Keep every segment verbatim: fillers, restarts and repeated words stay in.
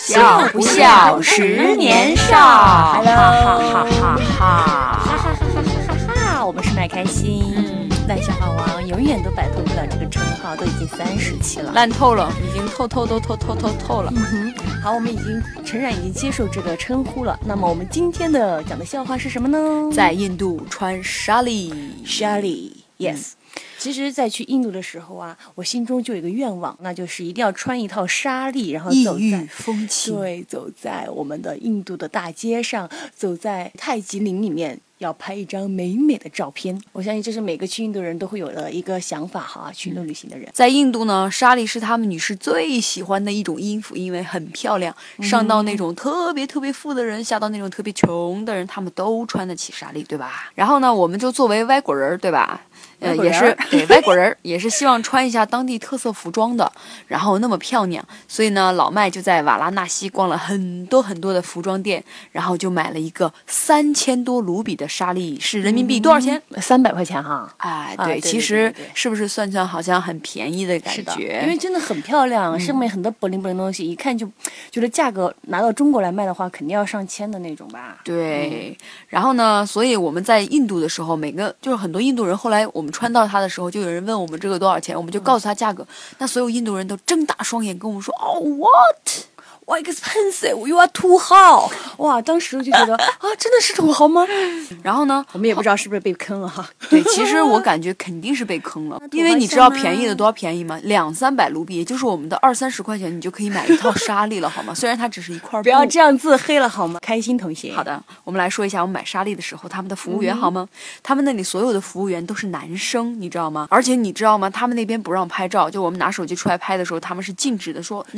笑不笑十年少，哈哈哈哈哈哈哈！我们是麦开心，嗯，烂笑话王永远都摆脱不了这个称号，都已经三十期了， 烂透了，已经透透都透透透透了。 嗯哼，好，我们已经诚然已经接受这个称呼了。那么我们今天的讲的笑话是什么呢？ 在印度穿纱丽， 纱丽 ，yes。其实，在去印度的时候啊，我心中就有一个愿望，那就是一定要穿一套纱丽，然后走在异域风情， 对，走在我们的印度的大街上，走在泰姬陵里面，要拍一张美美的照片。我相信这是每个去印度人都会有的一个想法哈，去印度旅行的人。 在印度呢，纱丽是他们女士最喜欢的一种衣服，因为很漂亮，上到那种特别特别富的人，下到那种特别穷的人，他们都穿得起纱丽，对吧？然后呢，我们就作为外国人，对吧？呃，也是对外国人，也是希望穿一下当地特色服装的，然后那么漂亮，所以呢，老麦就在瓦拉纳西逛了很多很多的服装店，然后就买了一个三千多卢比的纱丽，是人民币多少钱？ 三百块钱哈。 哎，对， 啊、对其实对对对是不是算算好像很便宜的感觉？ 因为真的很漂亮，嗯、上面很多布灵布灵东西，一看就觉得价格拿到中国来卖的话，肯定要上千的那种吧？ 对，嗯、然后呢，所以我们在印度的时候，每个就是很多印度人，后来我们穿到它的时候，就有人问我们这个多少钱，我们就告诉他价格，嗯、那所有印度人都睁大双眼跟我们说，哦 ，what？ 哇 expensive, you are too high！ 哇，当时就觉得啊，真的是土豪吗？ 然后呢， 我们也不知道是不是被坑了哈。 对，其实我感觉肯定是被坑了，因为你知道便宜的多少便宜吗？两三百卢比，也就是我们的二三十块钱，你就可以买一套纱丽了，好吗？虽然它只是一块布。 不要这样自黑了好吗？开心同学。 好的，我们来说一下我们买纱丽的时候，他们的服务员、嗯、好吗？他们那里所有的服务员都是男生，你知道吗？而且你知道吗？他们那边不让拍照，就我们拿手机出来拍的时候，他们是禁止的，说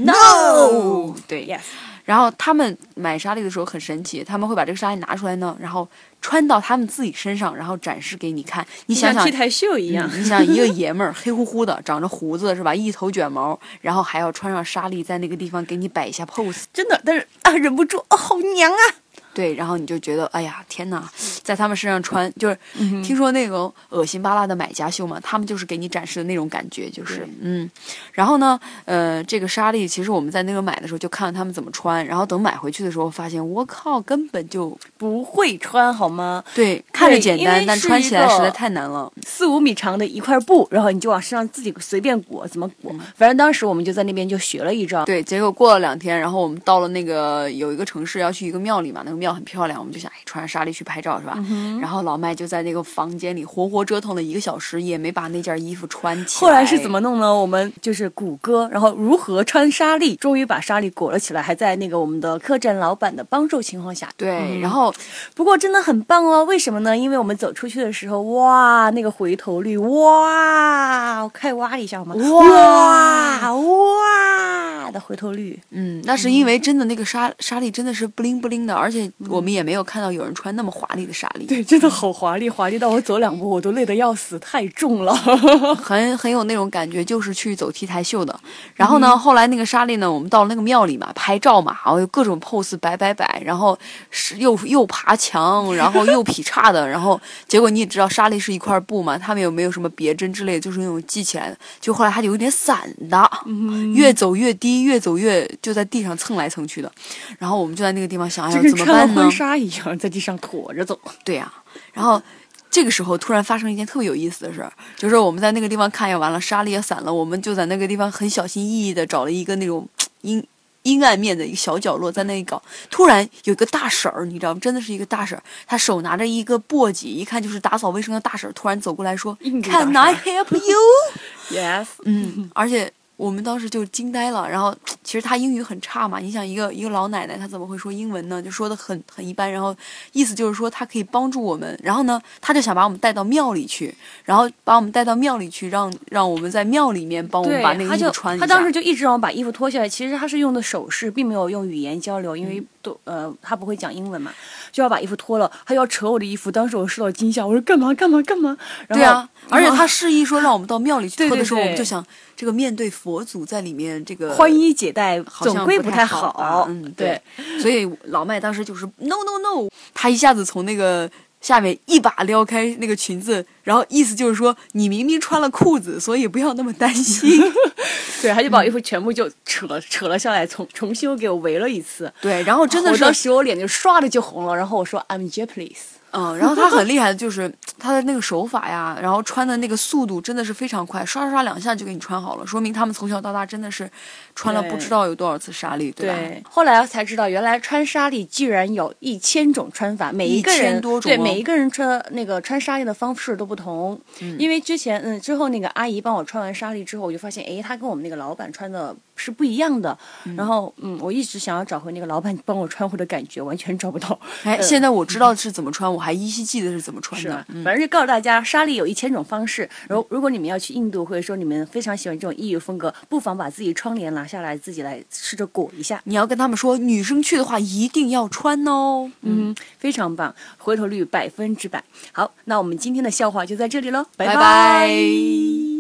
no。对 ，yes。 然后他们买纱丽的时候很神奇，他们会把这个纱丽拿出来呢，然后穿到他们自己身上，然后展示给你看。你想想， 像 T 台秀一样、 嗯，你想一个爷们儿黑乎乎的，长着胡子是吧？一头卷毛，然后还要穿上纱丽，在那个地方给你摆一下 pose， 真的，但是啊，忍不住，哦，好娘啊！ 对，然后你就觉得，哎呀，天哪，在他们身上穿，就是、嗯、听说那种恶心巴拉的买家秀嘛，他们就是给你展示的那种感觉，就是嗯，然后呢，呃，这个纱丽其实我们在那个买的时候就看他们怎么穿，然后等买回去的时候发现，我靠，根本就不会穿，好吗？ 对，看着简单，但穿起来实在太难了。 四五米长的一块布，然后你就往身上自己随便裹，怎么裹？嗯、反正当时我们就在那边就学了一招。 对，结果过了两天，然后我们到了那个有一个城市要去一个庙里嘛，那个庙很漂亮，我们就想哎穿上纱丽去拍照是吧、 嗯、 然后老麦就在那个房间里活活折腾了一个小时，也没把那件衣服穿起来。 后来是怎么弄呢？我们就是谷歌，然后如何穿纱丽，终于把纱丽裹了起来，还在那个我们的客栈老板的帮助情况下。 对、 嗯， 然后不过真的很棒哦。为什么呢？因为我们走出去的时候，哇，那个回头率，哇，可以挖一下吗？哇哇的回头率。 嗯，那是因为真的那个纱纱丽真的是不灵不灵的，而且我们也没有看到有人穿那么华丽的纱丽。 对，真的好华丽，华丽到我走两步我都累得要死，太重了。 很很有那种感觉，就是去走 T 台秀的。然后呢、嗯、后来那个纱丽呢，我们到了那个庙里嘛，拍照嘛，然后有各种 pose 摆摆摆，然后是又又爬墙，然后又劈叉的，然后结果你也知道纱丽是一块布嘛，他们有没有什么别针之类的，就是那种系起来的，就后来它就有点散的、嗯、越走越低，越走越就在地上蹭来蹭去的。然后我们就在那个地方想，哎呀，怎么办呢？ 跟穿了婚纱一样在地上驮着走。 对呀、啊，然后这个时候突然发生一件特别有意思的事儿，就是我们在那个地方看呀，完了纱丽也散了，我们就在那个地方很小心翼翼的找了一个那种阴阴暗面的一个小角落，在那里搞。突然有一个大婶儿，你知道吗？真的是一个大婶儿，她手拿着一个簸箕，一看就是打扫卫生的大婶儿，突然走过来说 ：“Can I help you？” Yes， 嗯，而且我们当时就惊呆了。然后其实她英语很差嘛，你想一个一个老奶奶，她怎么会说英文呢？就说的很很一般。然后意思就是说她可以帮助我们。然后呢，她就想把我们带到庙里去，然后把我们带到庙里去，让让我们在庙里面帮我们把那个衣服穿一下。 她当时就一直让我把衣服脱下来，其实她是用的手势，并没有用语言交流，因为都呃她不会讲英文嘛，就要把衣服脱了，她要扯我的衣服。当时我受到惊吓，我说干嘛干嘛干嘛？然后对啊，而且她示意说让我们到庙里去脱的时候， 对对对， 我们就想。这个面对佛祖在里面，这个宽衣解带总归不太好。嗯，对。所以老麦当时就是 no no no， 他一下子从那个下面一把撩开那个裙子，然后意思就是说你明明穿了裤子，所以不要那么担心。 对，他就把我衣服全部就扯扯了下来，重重新又给我围了一次。 对，然后真的是， 我当时我脸就唰的就红了，然后我说 I'm Japanese。 嗯，然后他很厉害的就是他的那个手法呀，然后穿的那个速度真的是非常快，刷刷刷两下就给你穿好了，说明他们从小到大真的是穿了不知道有多少次纱丽，对吧？ 对，后来才知道原来穿纱丽居然有一千种穿法，每一个人一千多种、 对哦、 每一个人穿那个穿纱丽的方式都不同。嗯、因为之前嗯之后那个阿姨帮我穿完纱丽之后，我就发现哎，她跟我们那个老板穿的是不一样的。嗯、然后嗯，我一直想要找回那个老板帮我穿回的感觉，完全找不到。 哎， 呃、 现在我知道是怎么穿，我还依稀记得是怎么穿的。 嗯、反正就告诉大家，纱丽有一千种方式。如如果你们要去印度，或者说你们非常喜欢这种异域风格，不妨把自己窗帘拿下来，自己来试着裹一下。 你要跟他们说，女生去的话一定要穿哦。 嗯，非常棒，回头率百分之百。好，那我们今天的笑话就在这里喽，拜拜拜。